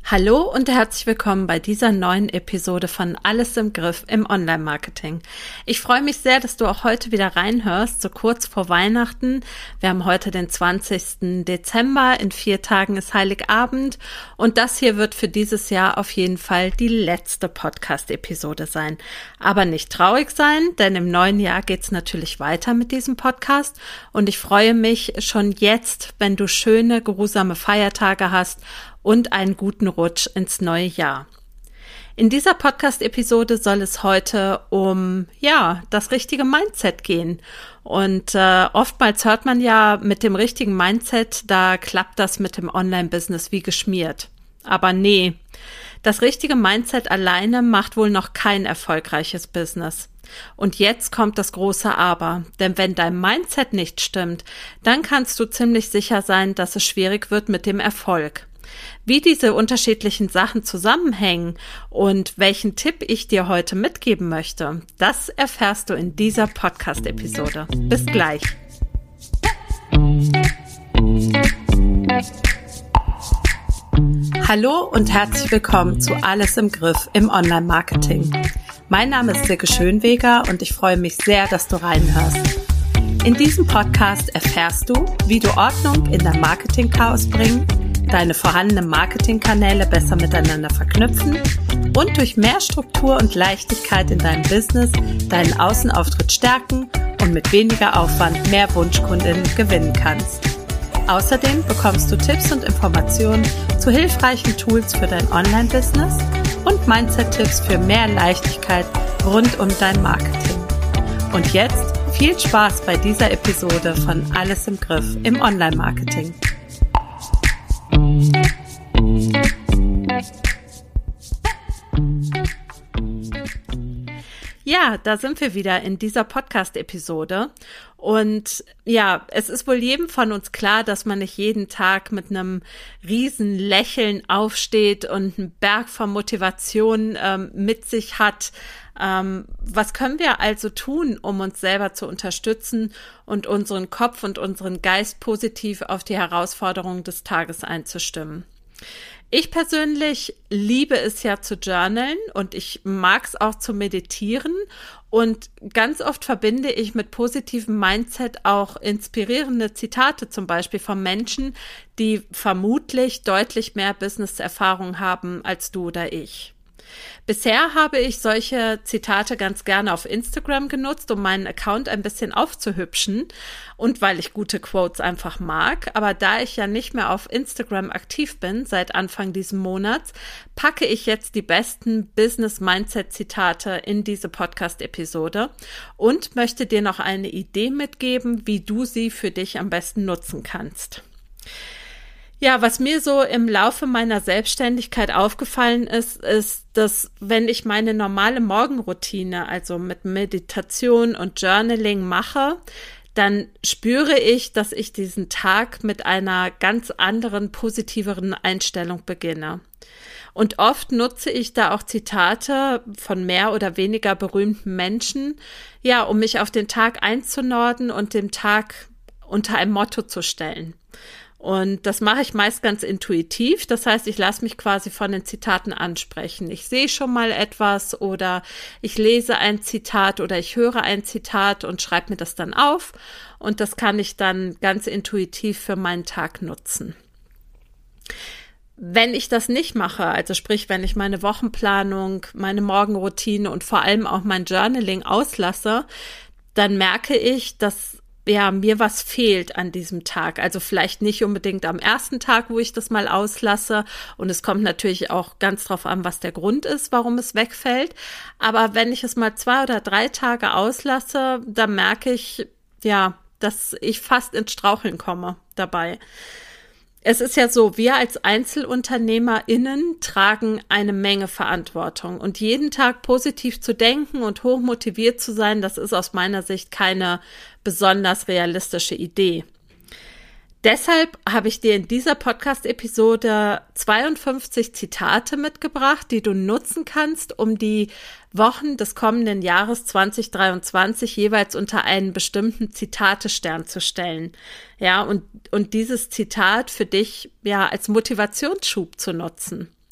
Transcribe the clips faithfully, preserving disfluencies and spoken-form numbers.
Hallo und herzlich willkommen bei dieser neuen Episode von Alles im Griff im Online-Marketing. Ich freue mich sehr, dass du auch heute wieder reinhörst, so kurz vor Weihnachten. Wir haben heute den zwanzigsten Dezember, in vier Tagen ist Heiligabend und das hier wird für dieses Jahr auf jeden Fall die letzte Podcast-Episode sein. Aber nicht traurig sein, denn im neuen Jahr geht's natürlich weiter mit diesem Podcast und ich freue mich schon jetzt, wenn du schöne, geruhsame Feiertage hast und einen guten Rutsch ins neue Jahr. In dieser Podcast-Episode soll es heute um, ja, das richtige Mindset gehen. Und äh, oftmals hört man ja, mit dem richtigen Mindset, da klappt das mit dem Online-Business wie geschmiert. Aber nee, das richtige Mindset alleine macht wohl noch kein erfolgreiches Business. Und jetzt kommt das große Aber, denn wenn dein Mindset nicht stimmt, dann kannst du ziemlich sicher sein, dass es schwierig wird mit dem Erfolg. Wie diese unterschiedlichen Sachen zusammenhängen und welchen Tipp ich dir heute mitgeben möchte, das erfährst du in dieser Podcast-Episode. Bis gleich. Hallo und herzlich willkommen zu Alles im Griff im Online-Marketing. Mein Name ist Silke Schönweger und ich freue mich sehr, dass du reinhörst. In diesem Podcast erfährst du, wie du Ordnung in dein Marketing-Chaos bringen, deine vorhandenen Marketingkanäle besser miteinander verknüpfen und durch mehr Struktur und Leichtigkeit in deinem Business deinen Außenauftritt stärken und mit weniger Aufwand mehr Wunschkundinnen gewinnen kannst. Außerdem bekommst du Tipps und Informationen zu hilfreichen Tools für dein Online-Business und Mindset-Tipps für mehr Leichtigkeit rund um dein Marketing. Und jetzt viel Spaß bei dieser Episode von Alles im Griff im Online-Marketing. Ja, da sind wir wieder in dieser Podcast-Episode und ja, es ist wohl jedem von uns klar, dass man nicht jeden Tag mit einem riesen Lächeln aufsteht und einen Berg von Motivation ähm, mit sich hat. Ähm, was können wir also tun, um uns selber zu unterstützen und unseren Kopf und unseren Geist positiv auf die Herausforderungen des Tages einzustimmen? Ich persönlich liebe es ja zu journalen und ich mag es auch zu meditieren und ganz oft verbinde ich mit positivem Mindset auch inspirierende Zitate, zum Beispiel von Menschen, die vermutlich deutlich mehr Business-Erfahrung haben als du oder ich. Bisher habe ich solche Zitate ganz gerne auf Instagram genutzt, um meinen Account ein bisschen aufzuhübschen und weil ich gute Quotes einfach mag. Aber da ich ja nicht mehr auf Instagram aktiv bin seit Anfang diesen Monats, packe ich jetzt die besten Business-Mindset-Zitate in diese Podcast-Episode und möchte dir noch eine Idee mitgeben, wie du sie für dich am besten nutzen kannst. Ja, was mir so im Laufe meiner Selbstständigkeit aufgefallen ist, ist, dass wenn ich meine normale Morgenroutine, also mit Meditation und Journaling mache, dann spüre ich, dass ich diesen Tag mit einer ganz anderen, positiveren Einstellung beginne. Und oft nutze ich da auch Zitate von mehr oder weniger berühmten Menschen, ja, um mich auf den Tag einzunorden und dem Tag unter ein Motto zu stellen. Und das mache ich meist ganz intuitiv. Das heißt, ich lasse mich quasi von den Zitaten ansprechen. Ich sehe schon mal etwas oder ich lese ein Zitat oder ich höre ein Zitat und schreibe mir das dann auf. Und das kann ich dann ganz intuitiv für meinen Tag nutzen. Wenn ich das nicht mache, also sprich, wenn ich meine Wochenplanung, meine Morgenroutine und vor allem auch mein Journaling auslasse, dann merke ich, dass ja, mir was fehlt an diesem Tag. Also vielleicht nicht unbedingt am ersten Tag, wo ich das mal auslasse. Und es kommt natürlich auch ganz drauf an, was der Grund ist, warum es wegfällt. Aber wenn ich es mal zwei oder drei Tage auslasse, dann merke ich, ja, dass ich fast ins Straucheln komme dabei. Es ist ja so, wir als EinzelunternehmerInnen tragen eine Menge Verantwortung und jeden Tag positiv zu denken und hochmotiviert zu sein, das ist aus meiner Sicht keine besonders realistische Idee. Deshalb habe ich dir in dieser Podcast-Episode zweiundfünfzig Zitate mitgebracht, die du nutzen kannst, um die Wochen des kommenden Jahres zwanzig dreiundzwanzig jeweils unter einen bestimmten Zitatestern zu stellen. Ja, und, und dieses Zitat für dich ja als Motivationsschub zu nutzen.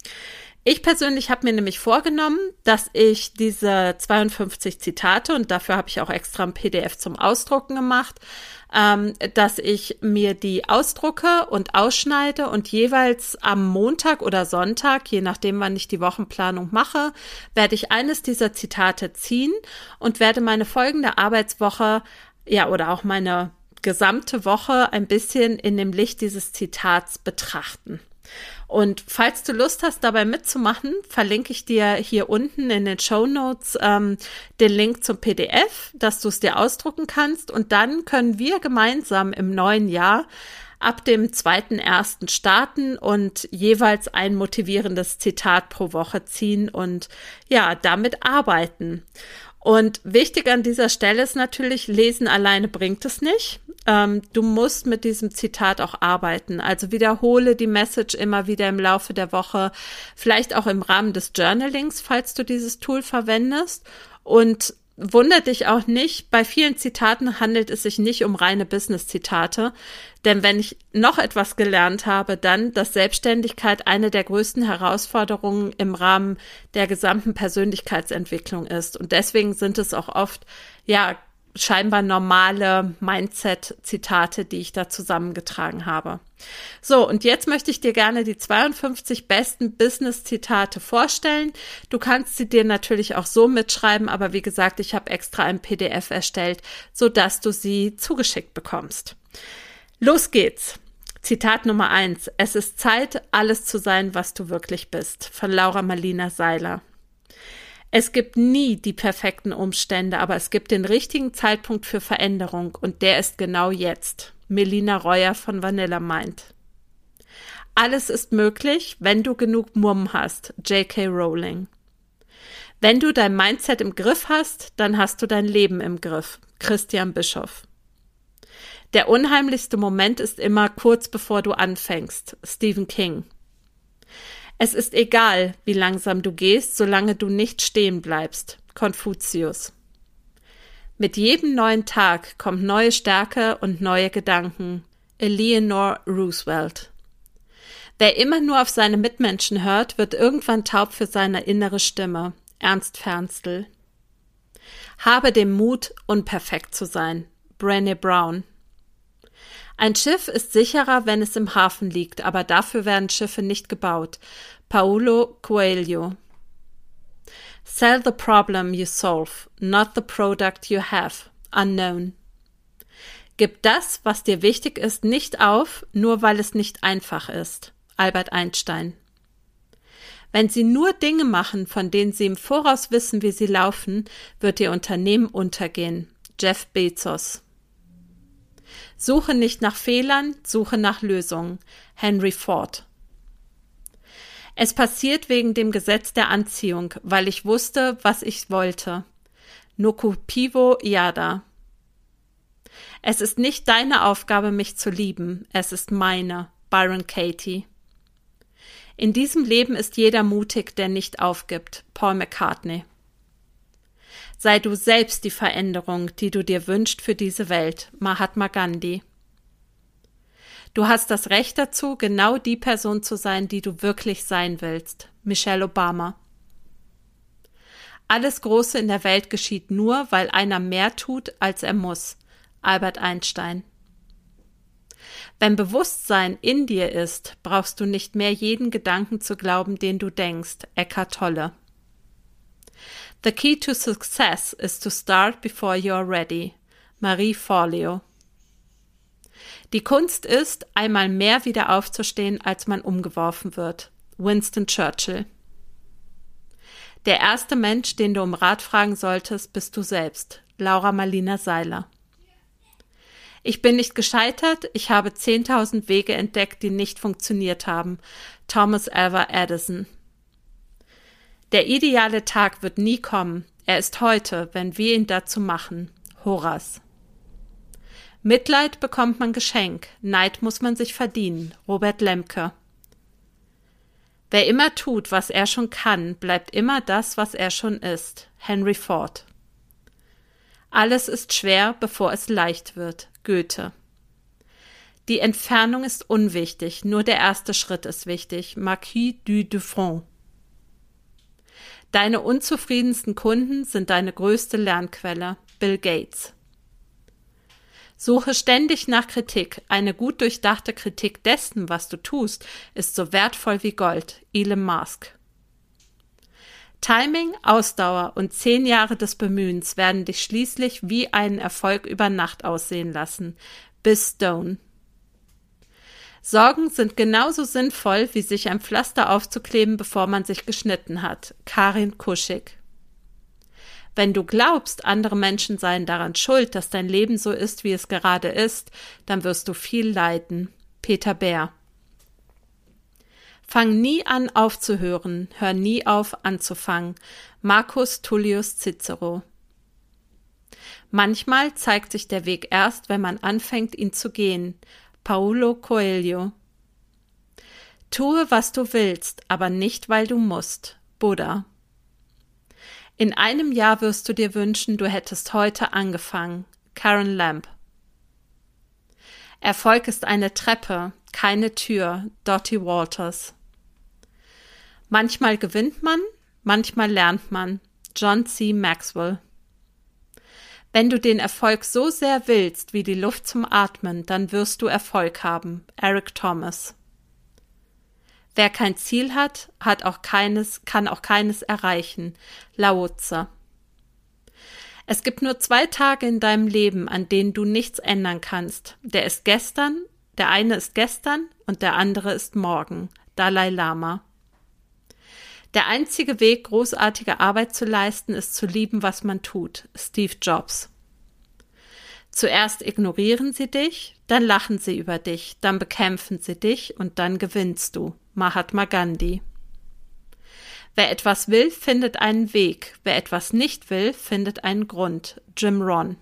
Ich persönlich habe mir nämlich vorgenommen, dass ich diese zweiundfünfzig Zitate, und dafür habe ich auch extra ein P D F zum Ausdrucken gemacht, ähm, dass ich mir die ausdrucke und ausschneide und jeweils am Montag oder Sonntag, je nachdem, wann ich die Wochenplanung mache, werde ich eines dieser Zitate ziehen und werde meine folgende Arbeitswoche, ja, oder auch meine gesamte Woche ein bisschen in dem Licht dieses Zitats betrachten. Und falls du Lust hast, dabei mitzumachen, verlinke ich dir hier unten in den Shownotes ähm, den Link zum P D F, dass du es dir ausdrucken kannst. Und dann können wir gemeinsam im neuen Jahr ab dem zweiten ersten starten und jeweils ein motivierendes Zitat pro Woche ziehen und ja, damit arbeiten. Und wichtig an dieser Stelle ist natürlich, lesen alleine bringt es nicht. Ähm, du musst mit diesem Zitat auch arbeiten. Also wiederhole die Message immer wieder im Laufe der Woche, vielleicht auch im Rahmen des Journalings, falls du dieses Tool verwendest. Und wundert dich auch nicht, bei vielen Zitaten handelt es sich nicht um reine Business-Zitate. Denn wenn ich noch etwas gelernt habe, dann, dass Selbstständigkeit eine der größten Herausforderungen im Rahmen der gesamten Persönlichkeitsentwicklung ist. Und deswegen sind es auch oft, ja, scheinbar normale Mindset-Zitate, die ich da zusammengetragen habe. So, und jetzt möchte ich dir gerne die zweiundfünfzig besten Business-Zitate vorstellen. Du kannst sie dir natürlich auch so mitschreiben, aber wie gesagt, ich habe extra ein P D F erstellt, sodass du sie zugeschickt bekommst. Los geht's. Zitat Nummer eins. Es ist Zeit, alles zu sein, was du wirklich bist. Von Laura Marlina Seiler. Es gibt nie die perfekten Umstände, aber es gibt den richtigen Zeitpunkt für Veränderung und der ist genau jetzt. Melina Reuer von Vanilla Mind. Alles ist möglich, wenn du genug Mumm hast. J K Rowling. Wenn du dein Mindset im Griff hast, dann hast du dein Leben im Griff. Christian Bischoff. Der unheimlichste Moment ist immer kurz bevor du anfängst. Stephen King. Es ist egal, wie langsam du gehst, solange du nicht stehen bleibst. Konfuzius. Mit jedem neuen Tag kommt neue Stärke und neue Gedanken. Eleanor Roosevelt. Wer immer nur auf seine Mitmenschen hört, wird irgendwann taub für seine innere Stimme. Ernst Fernstl. Habe den Mut, unperfekt zu sein. Brené Brown. Ein Schiff ist sicherer, wenn es im Hafen liegt, aber dafür werden Schiffe nicht gebaut. Paulo Coelho. Sell the problem you solve, not the product you have. Unknown. Gib das, was dir wichtig ist, nicht auf, nur weil es nicht einfach ist. Albert Einstein. Wenn Sie nur Dinge machen, von denen Sie im Voraus wissen, wie sie laufen, wird Ihr Unternehmen untergehen. Jeff Bezos. Suche nicht nach Fehlern, suche nach Lösungen. Henry Ford. Es passiert wegen dem Gesetz der Anziehung, weil ich wusste, was ich wollte. Nokupivo Yada. Es ist nicht deine Aufgabe, mich zu lieben, es ist meine. Byron Katie. In diesem Leben ist jeder mutig, der nicht aufgibt. Paul McCartney. Sei du selbst die Veränderung, die du dir wünschst für diese Welt. Mahatma Gandhi. Du hast das Recht dazu, genau die Person zu sein, die du wirklich sein willst. Michelle Obama. Alles Große in der Welt geschieht nur, weil einer mehr tut, als er muss. Albert Einstein. Wenn Bewusstsein in dir ist, brauchst du nicht mehr jeden Gedanken zu glauben, den du denkst. Eckhart Tolle. The key to success is to start before you are ready. Marie Forleo. Die Kunst ist, einmal mehr wieder aufzustehen, als man umgeworfen wird. Winston Churchill. Der erste Mensch, den du um Rat fragen solltest, bist du selbst. Laura Marlina Seiler. Ich bin nicht gescheitert, ich habe zehntausend Wege entdeckt, die nicht funktioniert haben. Thomas Alva Edison. Der ideale Tag wird nie kommen. Er ist heute, wenn wir ihn dazu machen. Horace. Mitleid bekommt man Geschenk. Neid muss man sich verdienen. Robert Lemke. Wer immer tut, was er schon kann, bleibt immer das, was er schon ist. Henry Ford. Alles ist schwer, bevor es leicht wird. Goethe. Die Entfernung ist unwichtig, nur der erste Schritt ist wichtig. Marquis du Dufresne. Deine unzufriedensten Kunden sind deine größte Lernquelle. Bill Gates. Suche ständig nach Kritik. Eine gut durchdachte Kritik dessen, was du tust, ist so wertvoll wie Gold. Elon Musk. Timing, Ausdauer und zehn Jahre des Bemühens werden dich schließlich wie einen Erfolg über Nacht aussehen lassen. Bis Stone. Sorgen sind genauso sinnvoll, wie sich ein Pflaster aufzukleben, bevor man sich geschnitten hat. Karin Kuschig. Wenn du glaubst, andere Menschen seien daran schuld, dass dein Leben so ist, wie es gerade ist, dann wirst du viel leiden. Peter Bär. Fang nie an aufzuhören, hör nie auf anzufangen. Marcus Tullius Cicero. Manchmal zeigt sich der Weg erst, wenn man anfängt, ihn zu gehen. Paulo Coelho. Tue, was du willst, aber nicht, weil du musst. Buddha. In einem Jahr wirst du dir wünschen, du hättest heute angefangen. Karen Lamb. Erfolg ist eine Treppe, keine Tür. Dottie Walters. Manchmal gewinnt man, manchmal lernt man. John C. Maxwell. Wenn du den Erfolg so sehr willst wie die Luft zum Atmen, dann wirst du Erfolg haben. Eric Thomas. Wer kein Ziel hat, hat auch keines, kann auch keines erreichen. Lao Tse. Es gibt nur zwei Tage in deinem Leben, an denen du nichts ändern kannst. Der ist gestern, der eine ist gestern und der andere ist morgen. Dalai Lama. Der einzige Weg, großartige Arbeit zu leisten, ist zu lieben, was man tut. Steve Jobs. Zuerst ignorieren sie dich, dann lachen sie über dich, dann bekämpfen sie dich und dann gewinnst du. Mahatma Gandhi. Wer etwas will, findet einen Weg. Wer etwas nicht will, findet einen Grund. Jim Rohn.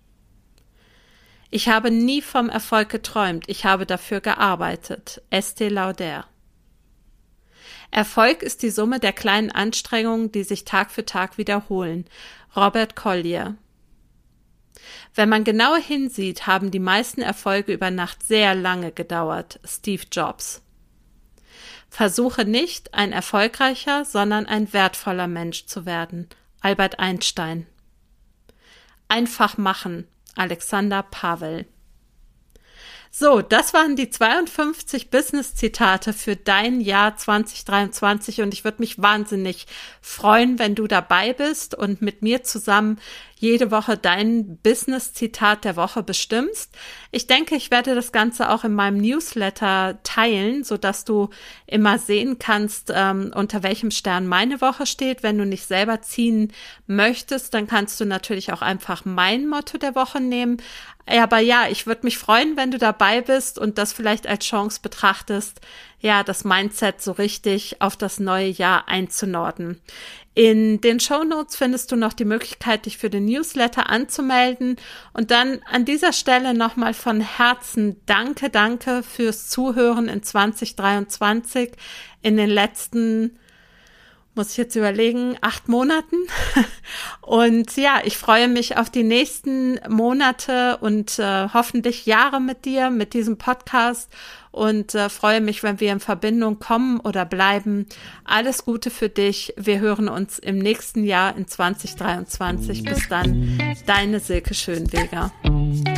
Ich habe nie vom Erfolg geträumt, ich habe dafür gearbeitet. Estée Lauder. Erfolg ist die Summe der kleinen Anstrengungen, die sich Tag für Tag wiederholen. Robert Collier. Wenn man genauer hinsieht, haben die meisten Erfolge über Nacht sehr lange gedauert. Steve Jobs. Versuche nicht, ein erfolgreicher, sondern ein wertvoller Mensch zu werden. Albert Einstein. Einfach machen. Alexander Pavel. So, das waren die zweiundfünfzig Business-Zitate für dein Jahr zwanzig dreiundzwanzig und ich würde mich wahnsinnig freuen, wenn du dabei bist und mit mir zusammen jede Woche dein Business-Zitat der Woche bestimmst. Ich denke, ich werde das Ganze auch in meinem Newsletter teilen, sodass du immer sehen kannst, ähm, unter welchem Stern meine Woche steht. Wenn du nicht selber ziehen möchtest, dann kannst du natürlich auch einfach mein Motto der Woche nehmen. Aber ja, ich würde mich freuen, wenn du dabei bist und das vielleicht als Chance betrachtest, ja, das Mindset so richtig auf das neue Jahr einzunorden. In den Shownotes findest du noch die Möglichkeit, dich für den Newsletter anzumelden. Und dann an dieser Stelle nochmal von Herzen danke, danke fürs Zuhören in zwanzig dreiundzwanzig, in den letzten, muss ich jetzt überlegen, acht Monaten. Und ja, ich freue mich auf die nächsten Monate und äh, hoffentlich Jahre mit dir, mit diesem Podcast und äh, freue mich, wenn wir in Verbindung kommen oder bleiben. Alles Gute für dich. Wir hören uns im nächsten Jahr in zwanzig dreiundzwanzig. Bis dann, deine Silke Schönweger.